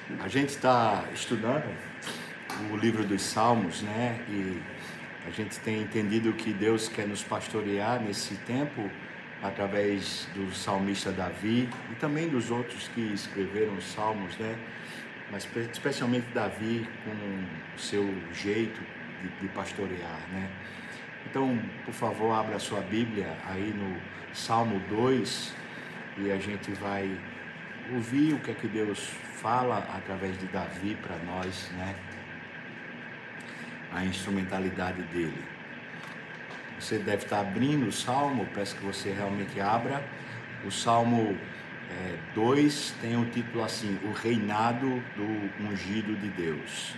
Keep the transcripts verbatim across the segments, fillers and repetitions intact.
A gente está estudando o livro dos Salmos, né? E a gente tem entendido que Deus quer nos pastorear nesse tempo através do salmista Davi e também dos outros que escreveram os Salmos, né? Mas especialmente Davi com o seu jeito de, de pastorear, né? Então, por favor, abra a sua Bíblia aí no Salmo dois e a gente vai ouvir o que é que Deus fala através de Davi para nós, né? A instrumentalidade dele. Você deve estar abrindo o Salmo, peço que você realmente abra. O Salmo é, dois tem o título assim, O Reinado do Ungido de Deus.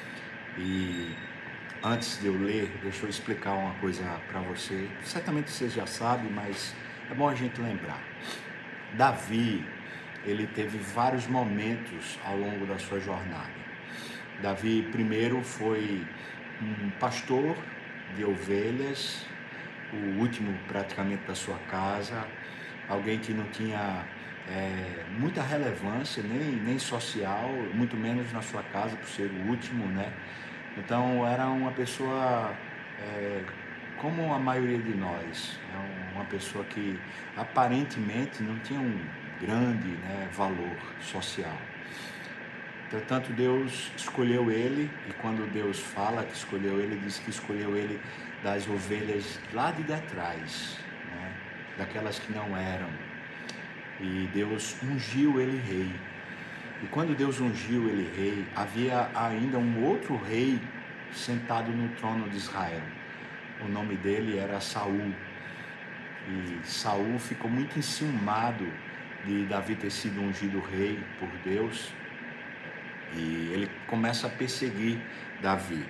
E antes de eu ler, deixa eu explicar uma coisa para você. Certamente você já sabe, mas é bom a gente lembrar. Davi, ele teve vários momentos ao longo da sua jornada. Davi primeiro foi um pastor de ovelhas, o último praticamente da sua casa, alguém que não tinha é, muita relevância, nem, nem social, muito menos na sua casa, por ser o último, né? Então era uma pessoa é, como a maioria de nós, é uma pessoa que aparentemente não tinha um grande, né, valor social. Entretanto, Deus escolheu ele, e quando Deus fala que escolheu ele, diz que escolheu ele das ovelhas lá de detrás, né? Daquelas que não eram. E Deus ungiu ele rei. E quando Deus ungiu ele rei, havia ainda um outro rei sentado no trono de Israel. O nome dele era Saul. E Saul ficou muito enciumado de Davi ter sido ungido rei por Deus. E ele começa a perseguir Davi.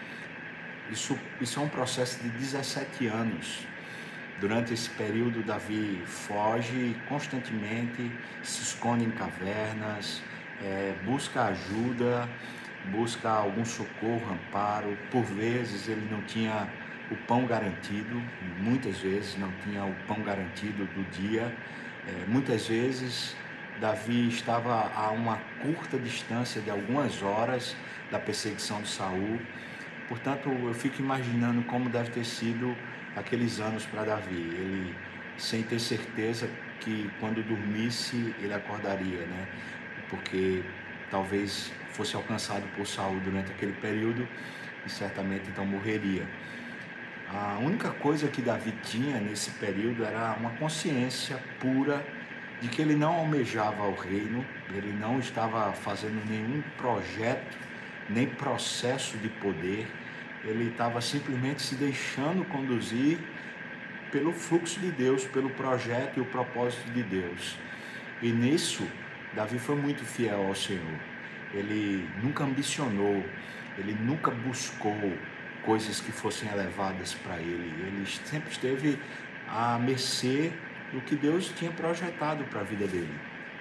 Isso, isso é um processo de dezessete anos. Durante esse período, Davi foge constantemente, se esconde em cavernas, é, busca ajuda, busca algum socorro, amparo. Por vezes ele não tinha o pão garantido, muitas vezes não tinha o pão garantido do dia. É, muitas vezes Davi estava a uma curta distância de algumas horas da perseguição de Saul. Portanto, eu fico imaginando como deve ter sido aqueles anos para Davi. Ele, sem ter certeza que quando dormisse ele acordaria, né? Porque talvez fosse alcançado por Saul durante aquele período e certamente então morreria. A única coisa que Davi tinha nesse período era uma consciência pura de que ele não almejava o reino, ele não estava fazendo nenhum projeto, nem processo de poder, ele estava simplesmente se deixando conduzir pelo fluxo de Deus, pelo projeto e o propósito de Deus. E nisso, Davi foi muito fiel ao Senhor. Ele nunca ambicionou, ele nunca buscou coisas que fossem elevadas para ele, ele sempre esteve à mercê do que Deus tinha projetado para a vida dele.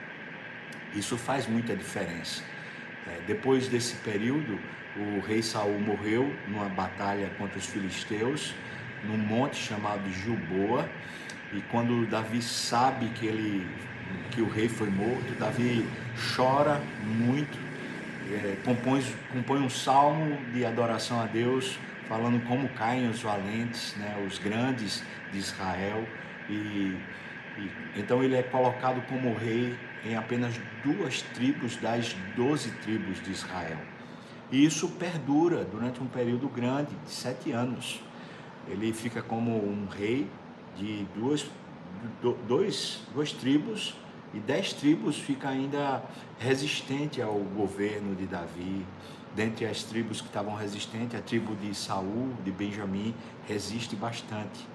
Isso faz muita diferença. É, depois desse período, o rei Saul morreu numa batalha contra os filisteus, num monte chamado Gilboa, e quando Davi sabe que, ele, que o rei foi morto, Davi chora muito, é, compõe, compõe um salmo de adoração a Deus, falando como caem os valentes, né, os grandes de Israel, e E, então ele é colocado como rei em apenas duas tribos das doze tribos de Israel. E isso perdura durante um período grande, de sete anos. Ele fica como um rei de duas, do, dois, duas tribos, e dez tribos fica ainda resistente ao governo de Davi. Dentre as tribos que estavam resistentes, a tribo de Saul, de Benjamim, resiste bastante.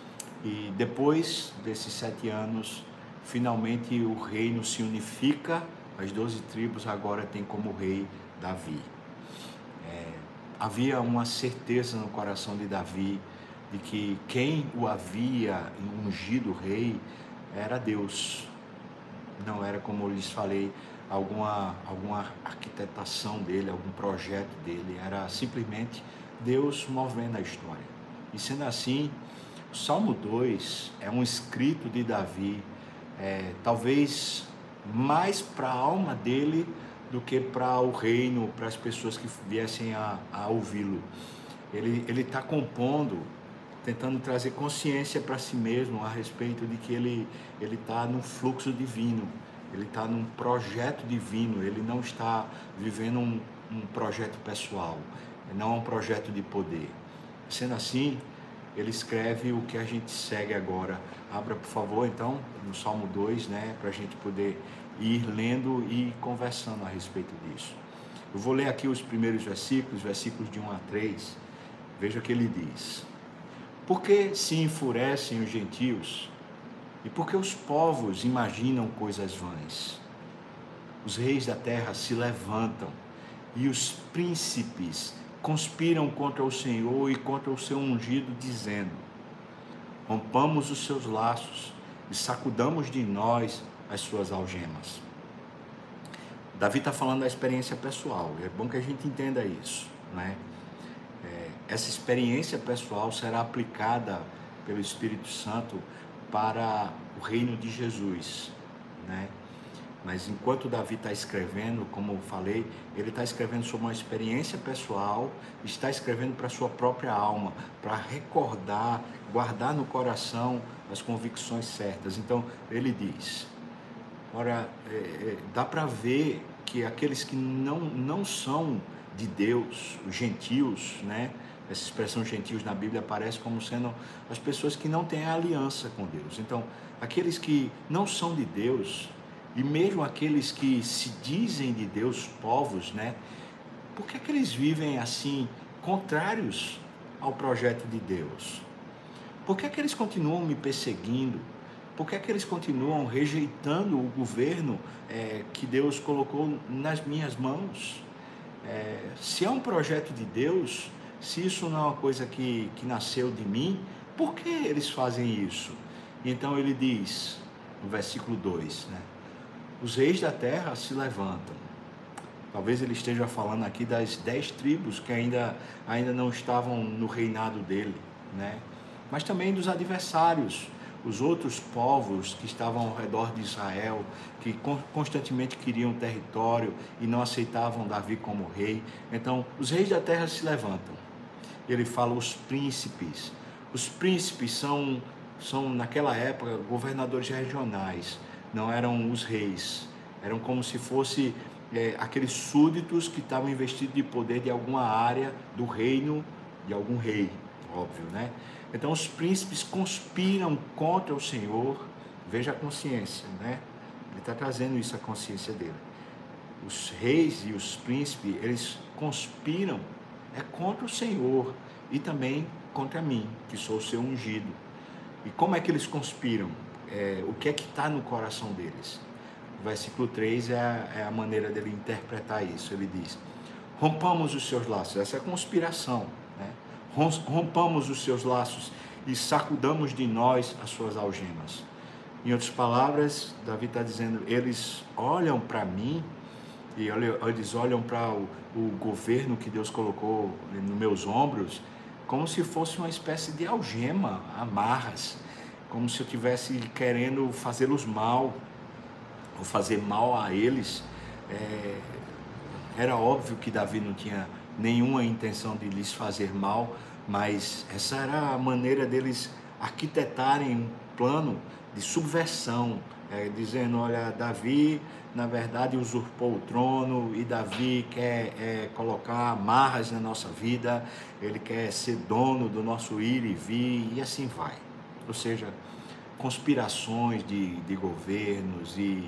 E depois desses sete anos, finalmente o reino se unifica, as doze tribos agora têm como rei Davi. É, havia uma certeza no coração de Davi de que quem o havia ungido rei era Deus. Não era, como eu lhes falei, alguma, alguma arquitetação dele, algum projeto dele, era simplesmente Deus movendo a história. E sendo assim, o Salmo dois é um escrito de Davi, é, talvez mais para a alma dele do que para o reino, para as pessoas que viessem a, a ouvi-lo. Ele ele está compondo, tentando trazer consciência para si mesmo a respeito de que ele ele está num fluxo divino, ele está num projeto divino, ele não está vivendo um, um projeto pessoal, não é um projeto de poder. Sendo assim, ele escreve o que a gente segue agora. Abra, por favor, então, no Salmo dois, né, para a gente poder ir lendo e conversando a respeito disso. Eu vou ler aqui os primeiros versículos, versículos de um a três. Veja o que ele diz. Por que se enfurecem os gentios? E por que os povos imaginam coisas vãs? Os reis da terra se levantam e os príncipes conspiram contra o Senhor e contra o seu ungido, dizendo: rompamos os seus laços e sacudamos de nós as suas algemas. Davi está falando da experiência pessoal, é bom que a gente entenda isso, né? É, essa experiência pessoal será aplicada pelo Espírito Santo para o reino de Jesus, né? Mas enquanto Davi está escrevendo, como eu falei, ele está escrevendo sobre uma experiência pessoal, está escrevendo para a sua própria alma, para recordar, guardar no coração as convicções certas. Então, ele diz, ora, é, é, dá para ver que aqueles que não, não são de Deus, os gentios, né? Essa expressão gentios na Bíblia aparece como sendo as pessoas que não têm aliança com Deus. Então, aqueles que não são de Deus, e mesmo aqueles que se dizem de Deus, povos, né? Por que é que eles vivem assim, contrários ao projeto de Deus? Por que é que eles continuam me perseguindo? Por que é que eles continuam rejeitando o governo é, que Deus colocou nas minhas mãos? É, se é um projeto de Deus, se isso não é uma coisa que, que nasceu de mim, por que eles fazem isso? Então ele diz, no versículo dois, né? Os reis da terra se levantam. Talvez ele esteja falando aqui das dez tribos que ainda, ainda não estavam no reinado dele, né? Mas também dos adversários, os outros povos que estavam ao redor de Israel, que constantemente queriam território e não aceitavam Davi como rei. Então, os reis da terra se levantam. Ele fala os príncipes. Os príncipes são, são naquela época, governadores regionais. Não eram os reis, eram como se fosse é, aqueles súditos que estavam investidos de poder de alguma área do reino de algum rei, óbvio, né? Então os príncipes conspiram contra o Senhor, veja a consciência, né? Ele está trazendo isso à consciência dele. Os reis e os príncipes, eles conspiram é contra o Senhor e também contra mim, que sou o seu ungido. E como é que eles conspiram? É, o que é que está no coração deles? O versículo três é a, é a maneira dele interpretar isso. Ele diz, rompamos os seus laços. Essa é a conspiração, né? Rompamos os seus laços e sacudamos de nós as suas algemas. Em outras palavras, Davi está dizendo, eles olham para mim e eles olham para o, o governo que Deus colocou nos meus ombros como se fosse uma espécie de algema, amarras, como se eu estivesse querendo fazê-los mal, ou fazer mal a eles. É, era óbvio que Davi não tinha nenhuma intenção de lhes fazer mal, mas essa era a maneira deles arquitetarem um plano de subversão, é, dizendo, olha, Davi, na verdade, usurpou o trono, e Davi quer é, colocar amarras na nossa vida, ele quer ser dono do nosso ir e vir, e assim vai. Ou seja, conspirações de, de governos e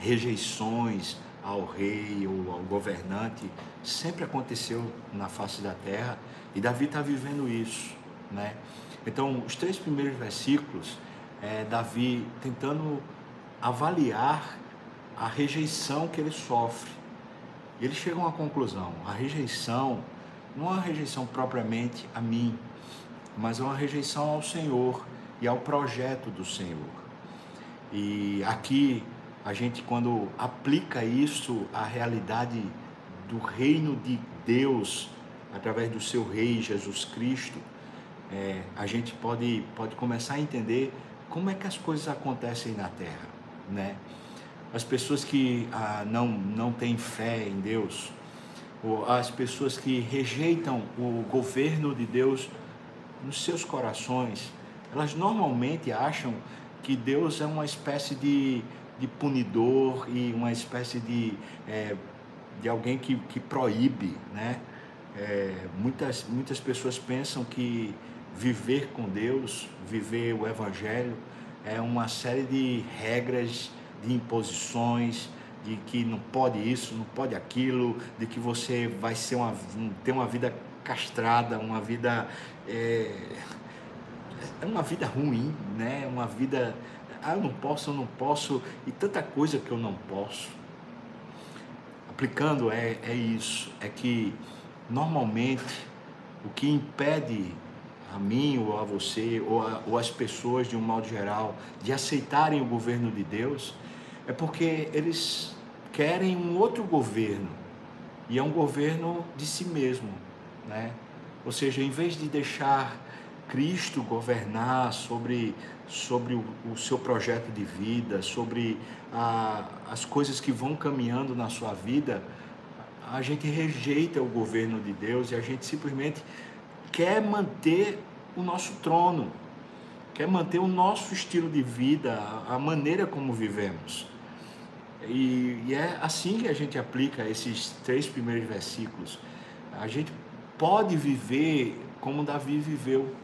rejeições ao rei ou ao governante sempre aconteceu na face da terra, e Davi está vivendo isso, né? Então, os três primeiros versículos, é Davi tentando avaliar a rejeição que ele sofre. Ele chega a uma conclusão: a rejeição não é uma rejeição propriamente a mim, mas é uma rejeição ao Senhor e ao projeto do Senhor. E aqui a gente, quando aplica isso à realidade do reino de Deus através do seu rei Jesus Cristo, é, a gente pode, pode começar a entender como é que as coisas acontecem na terra, né? as pessoas que ah, não, não têm fé em Deus, ou as pessoas que rejeitam o governo de Deus nos seus corações, elas normalmente acham que Deus é uma espécie de, de punidor e uma espécie de, é, de alguém que, que proíbe, né? É, muitas, muitas pessoas pensam que viver com Deus, viver o Evangelho, é uma série de regras, de imposições, de que não pode isso, não pode aquilo, de que você vai ser uma, ter uma vida castrada, uma vida é, é uma vida ruim, né? Uma vida, ah, eu não posso, eu não posso, e tanta coisa que eu não posso. Aplicando é, é isso, é que normalmente o que impede a mim ou a você ou, a, ou as pessoas de um modo geral de aceitarem o governo de Deus é porque eles querem um outro governo, e é um governo de si mesmo, né? Ou seja, em vez de deixar Cristo governar sobre, sobre o, o seu projeto de vida, sobre a, as coisas que vão caminhando na sua vida, a gente rejeita o governo de Deus e a gente simplesmente quer manter o nosso trono, quer manter o nosso estilo de vida, a, a maneira como vivemos. E, e é assim que a gente aplica esses três primeiros versículos. A gente pode viver como Davi viveu,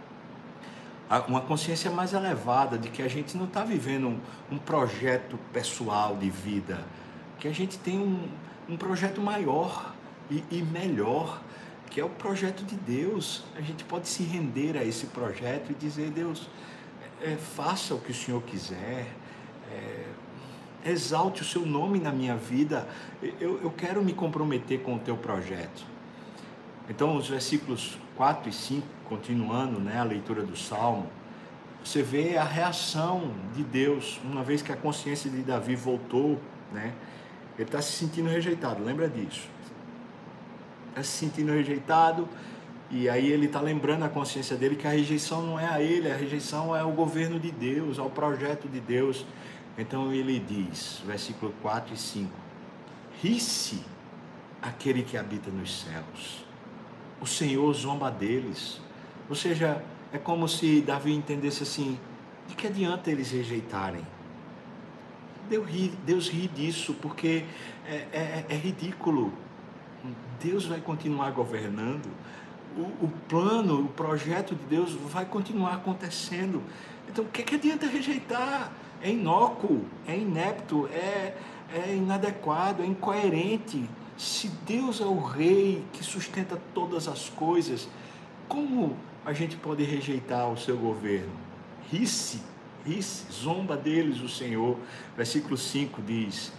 uma consciência mais elevada de que a gente não está vivendo um, um projeto pessoal de vida, que a gente tem um, um projeto maior e, e melhor, que é o projeto de Deus. A gente pode se render a esse projeto e dizer: Deus, é, faça o que o Senhor quiser, é, exalte o seu nome na minha vida, eu, eu quero me comprometer com o teu projeto. Então, os versículos quatro e cinco, continuando, né, a leitura do Salmo, você vê a reação de Deus, uma vez que a consciência de Davi voltou, né, ele está se sentindo rejeitado, lembra disso, está se sentindo rejeitado, e aí ele está lembrando a consciência dele que a rejeição não é a ele, a rejeição é ao governo de Deus, ao projeto de Deus. Então ele diz, versículo quatro e cinco, ri-se aquele que habita nos céus, o Senhor zomba deles. Ou seja, é como se Davi entendesse assim: de que adianta eles rejeitarem? Deus ri, Deus ri disso, porque é, é, é ridículo. Deus vai continuar governando, o, o plano, o projeto de Deus vai continuar acontecendo. Então, o que, que adianta rejeitar? É inócuo, é inepto, é, é inadequado, é incoerente. Se Deus é o rei que sustenta todas as coisas, como a gente pode rejeitar o seu governo? Ri-se, ri-se, zomba deles o Senhor. Versículo cinco diz,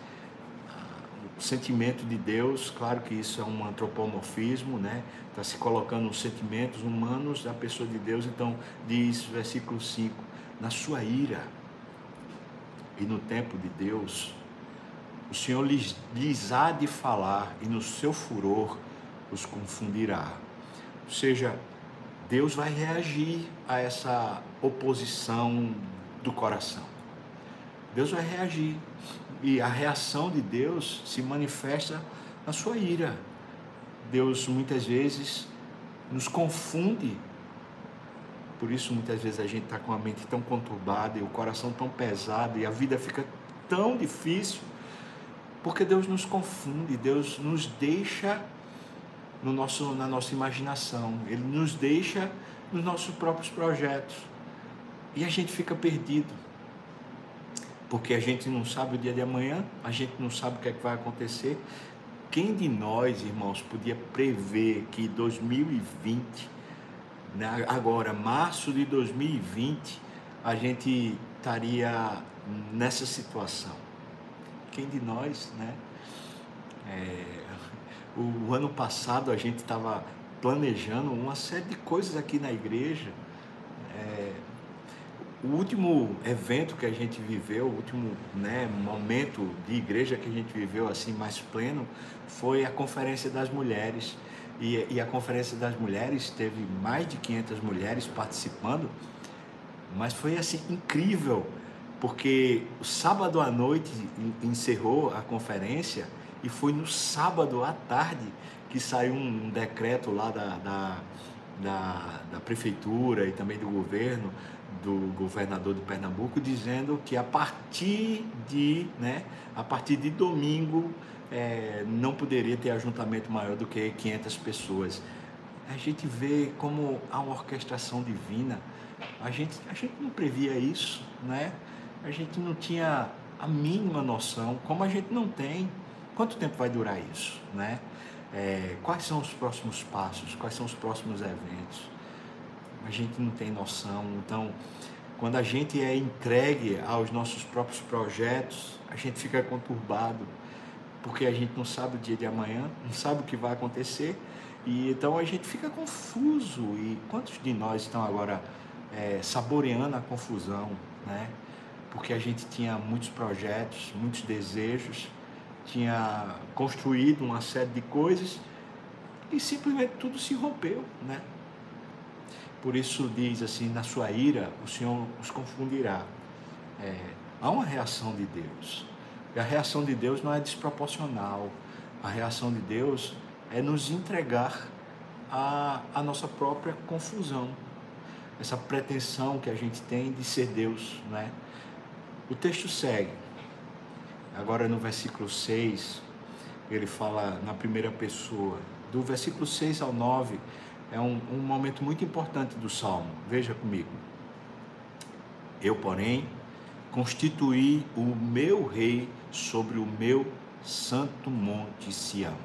o sentimento de Deus, claro que isso é um antropomorfismo, né? Está se colocando os sentimentos humanos da pessoa de Deus. Então diz, versículo cinco, na sua ira e no tempo de Deus, o Senhor lhes, lhes há de falar, e no seu furor os confundirá. Ou seja, Deus vai reagir a essa oposição do coração. Deus vai reagir. E a reação de Deus se manifesta na sua ira. Deus muitas vezes nos confunde. Por isso muitas vezes a gente está com a mente tão conturbada e o coração tão pesado e a vida fica tão difícil, porque Deus nos confunde, Deus nos deixa no nosso, na nossa imaginação, Ele nos deixa nos nossos próprios projetos, e a gente fica perdido, porque a gente não sabe o dia de amanhã, a gente não sabe o que é que vai acontecer. Quem de nós, irmãos, podia prever que dois mil e vinte, né, agora, março de dois mil e vinte, a gente estaria nessa situação? Quem de nós, né? É, o, o ano passado a gente estava planejando uma série de coisas aqui na igreja. É, o último evento que a gente viveu, o último, né, momento de igreja que a gente viveu assim mais pleno, foi a Conferência das Mulheres. E, e a Conferência das Mulheres teve mais de quinhentas mulheres participando, mas foi assim incrível, porque o sábado à noite encerrou a conferência e foi no sábado à tarde que saiu um decreto lá da, da, da, da prefeitura e também do governo, do governador de Pernambuco, dizendo que a partir de, né, a partir de domingo é, não poderia ter ajuntamento maior do que quinhentas pessoas. A gente vê como há uma orquestração divina. A gente, a gente não previa isso, né? A gente não tinha a mínima noção, como a gente não tem. Quanto tempo vai durar isso, né? É, quais são os próximos passos? Quais são os próximos eventos? A gente não tem noção. Então, quando a gente é entregue aos nossos próprios projetos, a gente fica conturbado, porque a gente não sabe o dia de amanhã, não sabe o que vai acontecer, e então a gente fica confuso. E quantos de nós estão agora é, saboreando a confusão, né? Porque a gente tinha muitos projetos, muitos desejos, tinha construído uma série de coisas e simplesmente tudo se rompeu, né? Por isso diz assim, na sua ira o Senhor os confundirá. É, há uma reação de Deus, e a reação de Deus não é desproporcional. A reação de Deus é nos entregar a, a nossa própria confusão, essa pretensão que a gente tem de ser Deus, né? O texto segue, agora no versículo seis, ele fala na primeira pessoa. Do versículo seis ao nove é um, um momento muito importante do Salmo. Veja comigo. Eu, porém, constituí o meu rei sobre o meu santo monte Sião.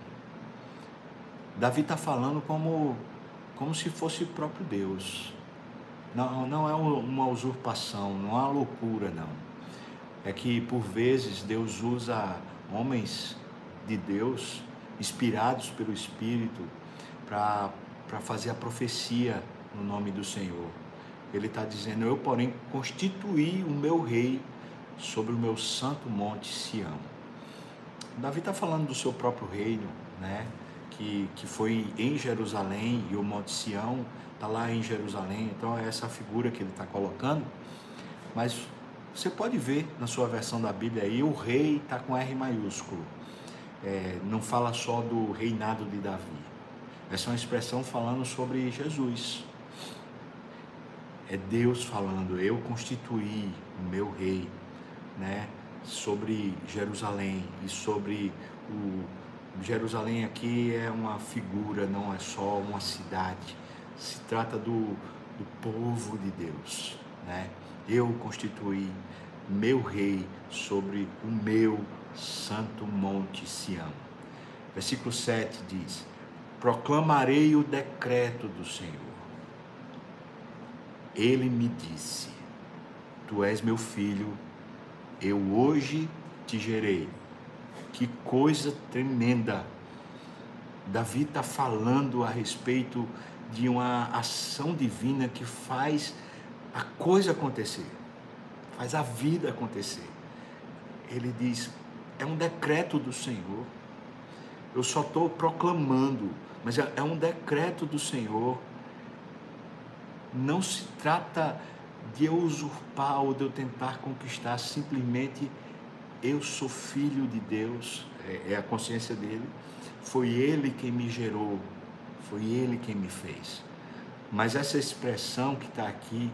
Davi está falando como, como se fosse o próprio Deus. Não, não é uma usurpação, não é uma loucura, não. É que por vezes Deus usa homens de Deus, inspirados pelo Espírito, para para fazer a profecia no nome do Senhor. Ele está dizendo, eu porém constituí o meu rei sobre o meu santo monte Sião. Davi está falando do seu próprio reino, né? que, que foi em Jerusalém, e o monte Sião está lá em Jerusalém. Então é essa figura que ele está colocando. Mas você pode ver na sua versão da Bíblia aí, o rei está com R maiúsculo. É, não fala só do reinado de Davi. Essa é uma expressão falando sobre Jesus. É Deus falando, eu constituí o meu rei, né, sobre Jerusalém. E sobre o Jerusalém aqui é uma figura, não é só uma cidade. Se trata do, do povo de Deus, né? Eu constituí meu rei sobre o meu santo monte Sião. Versículo sete diz, proclamarei o decreto do Senhor. Ele me disse, tu és meu filho, eu hoje te gerei. Que coisa tremenda. Davi está falando a respeito de uma ação divina que faz a coisa acontecer, faz a vida acontecer. Ele diz, é um decreto do Senhor. Eu só estou proclamando, mas é um decreto do Senhor. Não se trata de eu usurpar ou de eu tentar conquistar, simplesmente eu sou filho de Deus, é a consciência dele. Foi Ele quem me gerou, foi Ele quem me fez. Mas essa expressão que está aqui,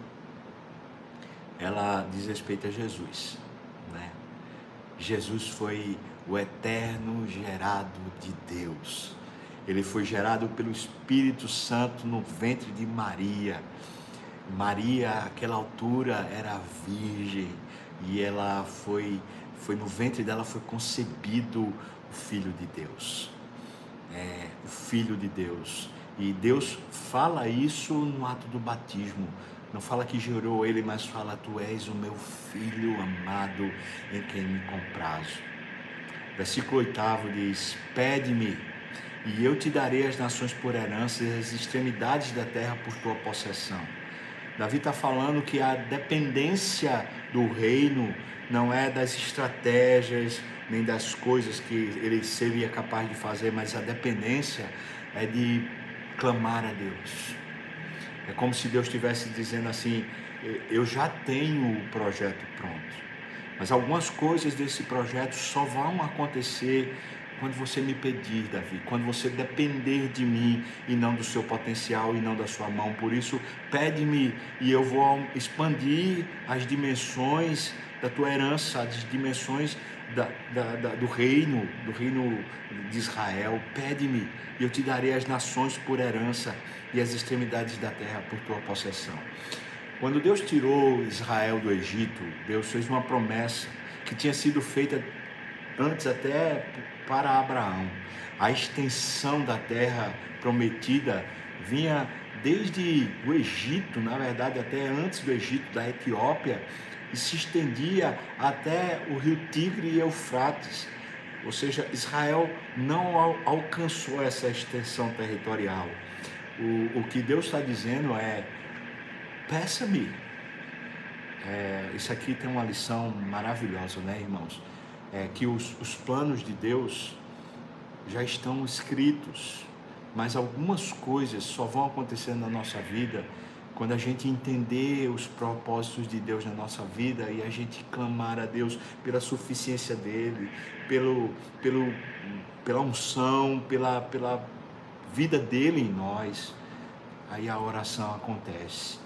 ela diz respeito a Jesus, né? Jesus foi o eterno gerado de Deus. Ele foi gerado pelo Espírito Santo no ventre de Maria. Maria, àquela altura, era virgem, e ela foi, foi no ventre dela foi concebido o Filho de Deus. É, o Filho de Deus. E Deus fala isso no ato do batismo. Não fala que gerou ele, mas fala, tu és o meu Filho amado, em quem me comprazo. Versículo oitavo diz, pede-me, e eu te darei as nações por herança e as extremidades da terra por tua possessão. Davi está falando que a dependência do reino não é das estratégias, nem das coisas que ele seria capaz de fazer, mas a dependência é de clamar a Deus. É como se Deus estivesse dizendo assim, eu já tenho o projeto pronto, Mas algumas coisas desse projeto só vão acontecer quando você me pedir, Davi, quando você depender de mim e não do seu potencial e não da sua mão. Por isso, pede-me e eu vou expandir as dimensões da tua herança, as dimensões da, da, da, do reino, do reino de Israel. Pede-me e eu te darei as nações por herança e as extremidades da terra por tua possessão. Quando Deus tirou Israel do Egito, Deus fez uma promessa que tinha sido feita antes até para Abraão. A extensão da terra prometida vinha desde o Egito, na verdade até antes do Egito, da Etiópia, e se estendia até o rio Tigre e Eufrates. Ou seja, Israel não al- alcançou essa extensão territorial. O, o que Deus está dizendo é: peça-me. É, isso aqui tem uma lição maravilhosa, né, irmãos? É que os, os planos de Deus já estão escritos, mas algumas coisas só vão acontecer na nossa vida quando a gente entender os propósitos de Deus na nossa vida e a gente clamar a Deus pela suficiência dele, pelo, pelo, pela unção, pela, pela vida dele em nós. Aí a oração acontece.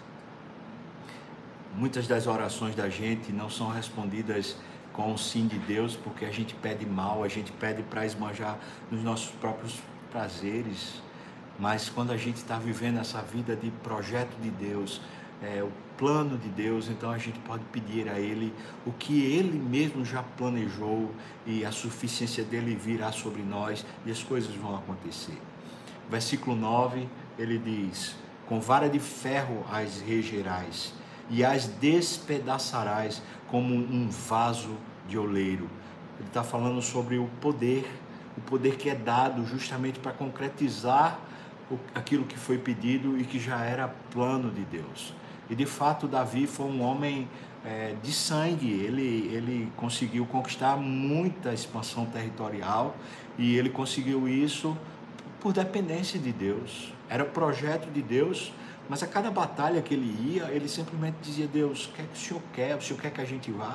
Muitas das orações da gente não são respondidas com o sim de Deus, porque a gente pede mal, a gente pede para esbanjar nos nossos próprios prazeres. Mas quando a gente está vivendo essa vida de projeto de Deus, é, o plano de Deus, então a gente pode pedir a Ele o que Ele mesmo já planejou e a suficiência dele virá sobre nós e as coisas vão acontecer. Versículo nove, ele diz: com vara de ferro as regerás e as despedaçarás como um vaso de oleiro. Ele está falando sobre o poder, o poder que é dado justamente para concretizar aquilo que foi pedido e que já era plano de Deus. E de fato Davi foi um homem é, de sangue, ele, ele conseguiu conquistar muita expansão territorial e ele conseguiu isso por dependência de Deus. Era o projeto de Deus, mas a cada batalha que ele ia, ele simplesmente dizia: Deus, o que é que o Senhor quer? O Senhor quer que a gente vá?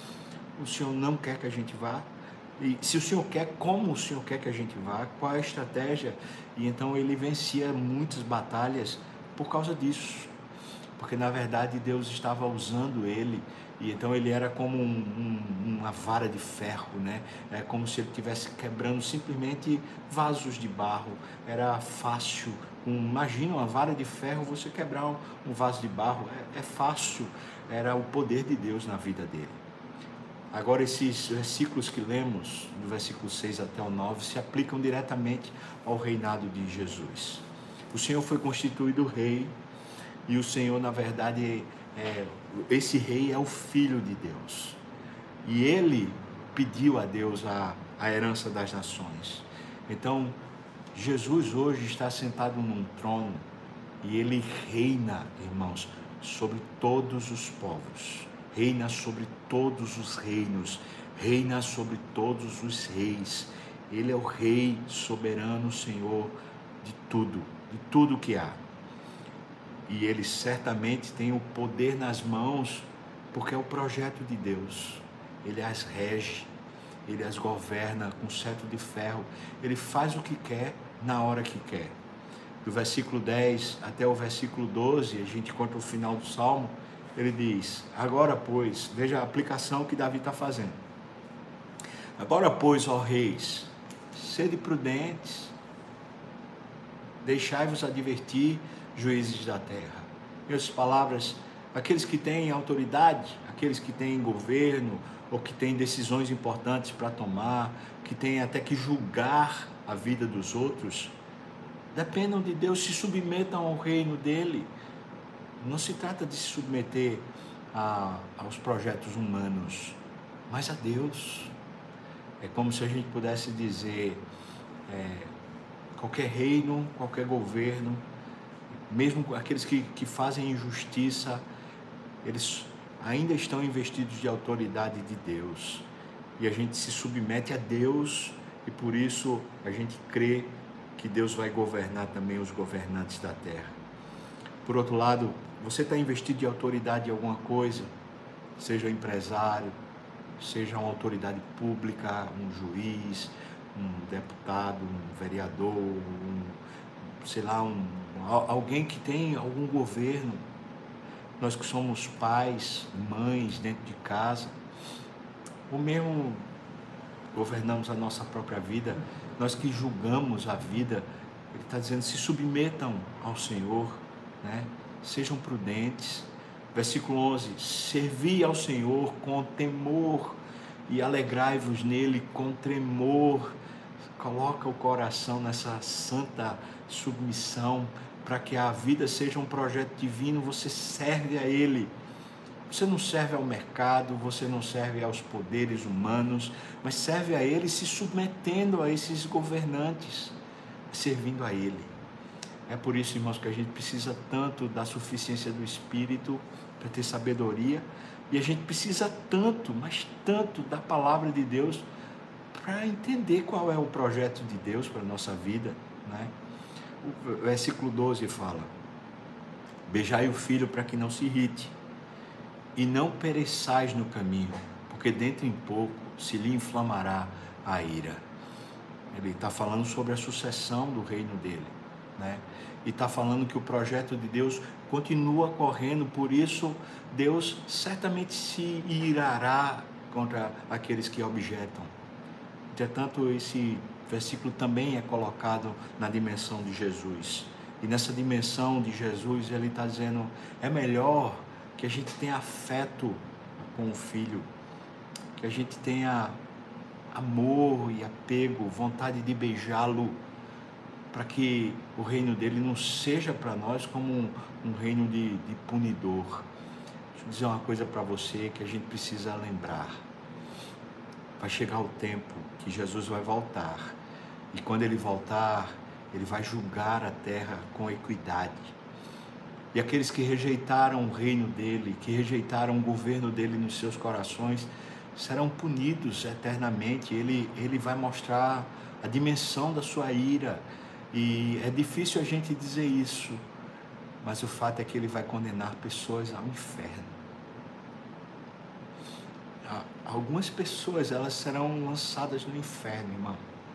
O Senhor não quer que a gente vá? E se o Senhor quer, como o Senhor quer que a gente vá? Qual é a estratégia? E então ele vencia muitas batalhas por causa disso, porque na verdade Deus estava usando ele, e então ele era como um, um, uma vara de ferro, né? É como se ele estivesse quebrando simplesmente vasos de barro. Era fácil. Um, imagina uma vara de ferro, você quebrar um, um vaso de barro, é, é fácil. Era o poder de Deus na vida dele. Agora, esses versículos que lemos, do versículo seis até o nove, se aplicam diretamente ao reinado de Jesus. O Senhor foi constituído rei, e o Senhor, na verdade, é, esse rei é o Filho de Deus. E ele pediu a Deus a, a herança das nações. Então, Jesus hoje está sentado num trono e ele reina, irmãos, sobre todos os povos. Reina sobre todos os reinos, reina sobre todos os reis. Ele é o rei soberano, Senhor de tudo, de tudo que há. E ele certamente tem o poder nas mãos, porque é o projeto de Deus. Ele as rege, ele as governa com cetro de ferro. Ele faz o que quer, na hora que quer. Do versículo dez até o versículo doze, a gente conta o final do Salmo. Ele diz: agora pois, veja a aplicação que Davi está fazendo. Agora pois, ó reis, sede prudentes, deixai-vos advertir, juízes da terra. Em outras palavras, aqueles que têm autoridade, aqueles que têm governo, ou que têm decisões importantes para tomar, que têm até que julgar a vida dos outros, dependam de Deus, se submetam ao reino dele. Não se trata de se submeter a, aos projetos humanos, mas a Deus. É como se a gente pudesse dizer, é, qualquer reino, qualquer governo, mesmo aqueles que, que fazem injustiça, eles ainda estão investidos de autoridade de Deus. E a gente se submete a Deus e por isso a gente crê que Deus vai governar também os governantes da terra. Por outro lado, você está investido de autoridade em alguma coisa, seja empresário, seja uma autoridade pública, um juiz, um deputado, um vereador, um, sei lá, um, alguém que tem algum governo, nós que somos pais, mães dentro de casa, ou mesmo governamos a nossa própria vida, nós que julgamos a vida, ele está dizendo, se submetam ao Senhor, né? Sejam prudentes. Versículo onze, servi ao Senhor com temor e alegrai-vos nele com tremor. Coloca o coração nessa santa submissão, para que a vida seja um projeto divino. Você serve a ele. Você não serve ao mercado, você não serve aos poderes humanos, mas serve a ele se submetendo a esses governantes, servindo a ele. É por isso, irmãos, que a gente precisa tanto da suficiência do Espírito para ter sabedoria, e a gente precisa tanto, mas tanto da palavra de Deus para entender qual é o projeto de Deus para a nossa vida, né? O versículo doze fala, beijai o filho para que não se irrite, e não pereçais no caminho, porque dentro em pouco se lhe inflamará a ira. Ele está falando sobre a sucessão do reino dele, né? E está falando que o projeto de Deus continua correndo, por isso Deus certamente se irará contra aqueles que objetam. Entretanto, esse versículo também é colocado na dimensão de Jesus, e nessa dimensão de Jesus ele está dizendo, é melhor que a gente tenha afeto com o Filho, que a gente tenha amor e apego, vontade de beijá-lo, para que o reino dele não seja para nós como um, um reino de, de punidor. Deixa eu dizer uma coisa para você que a gente precisa lembrar. Vai chegar o tempo que Jesus vai voltar, e quando ele voltar, ele vai julgar a terra com equidade. E aqueles que rejeitaram o reino dele, que rejeitaram o governo dele nos seus corações, serão punidos eternamente. Ele, ele vai mostrar a dimensão da sua ira, e é difícil a gente dizer isso, mas o fato é que ele vai condenar pessoas ao inferno. Algumas pessoas, elas serão lançadas no inferno, irmão.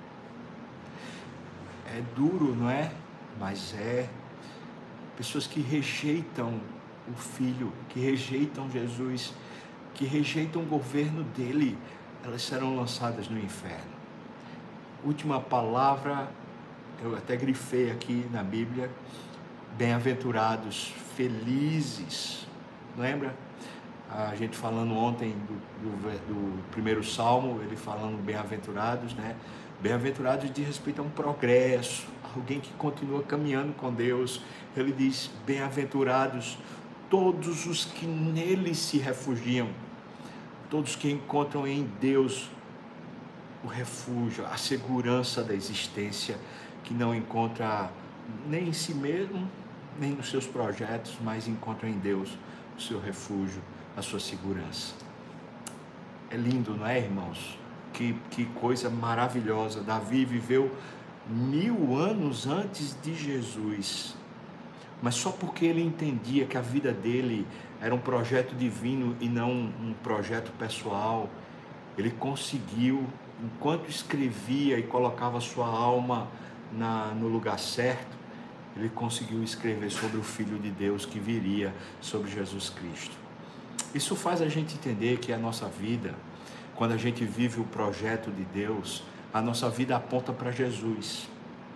É duro, não é? Mas é. Pessoas que rejeitam o Filho, que rejeitam Jesus, que rejeitam o governo dele, elas serão lançadas no inferno. Última palavra, eu até grifei aqui na Bíblia, bem-aventurados, felizes. Lembra? A gente falando ontem do, do, do primeiro salmo, ele falando bem-aventurados, né? Bem-aventurados diz respeito a um progresso, alguém que continua caminhando com Deus. Ele diz, bem-aventurados todos os que nele se refugiam, todos que encontram em Deus o refúgio, a segurança da existência, que não encontra nem em si mesmo, nem nos seus projetos, mas encontra em Deus o seu refúgio, a sua segurança. É lindo, não é, irmãos? Que, que coisa maravilhosa. Davi viveu mil anos antes de Jesus, mas só porque ele entendia que a vida dele era um projeto divino e não um projeto pessoal, ele conseguiu, enquanto escrevia e colocava sua alma na, no lugar certo, ele conseguiu escrever sobre o Filho de Deus que viria, sobre Jesus Cristo. Isso faz a gente entender que a nossa vida, quando a gente vive o projeto de Deus, a nossa vida aponta para Jesus.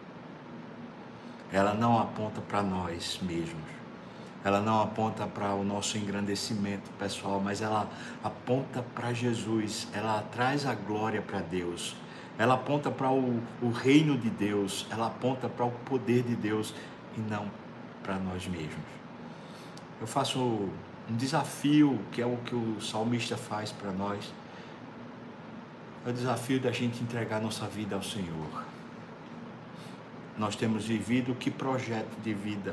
Ela não aponta para nós mesmos. Ela não aponta para o nosso engrandecimento pessoal, mas ela aponta para Jesus. Ela traz a glória para Deus. Ela aponta para o, o reino de Deus. Ela aponta para o poder de Deus e não para nós mesmos. Eu faço um desafio, que é o que o salmista faz para nós. É o desafio da gente entregar nossa vida ao Senhor. Nós temos vivido que projeto de vida?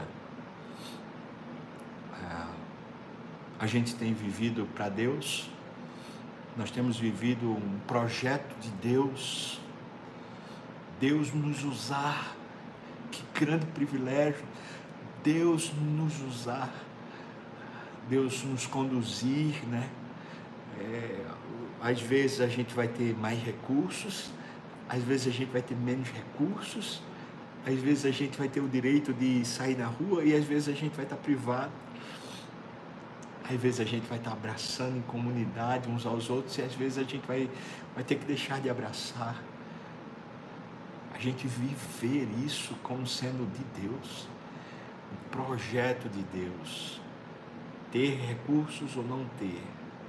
A gente tem vivido para Deus? Nós temos vivido um projeto de Deus? Deus nos usar, que grande privilégio! Deus nos usar, Deus nos conduzir, né? É, Às vezes a gente vai ter mais recursos, às vezes a gente vai ter menos recursos, às vezes a gente vai ter o direito de sair na rua e às vezes a gente vai estar privado. Às vezes a gente vai estar abraçando em comunidade uns aos outros e às vezes a gente vai, vai ter que deixar de abraçar. A gente viver isso como sendo de Deus, um projeto de Deus. Ter recursos ou não ter,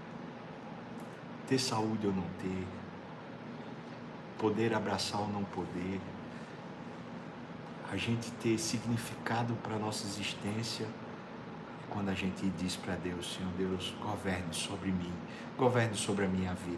ter saúde ou não ter, poder abraçar ou não poder, a gente ter significado para a nossa existência quando a gente diz para Deus: Senhor Deus, governe sobre mim, governe sobre a minha vida.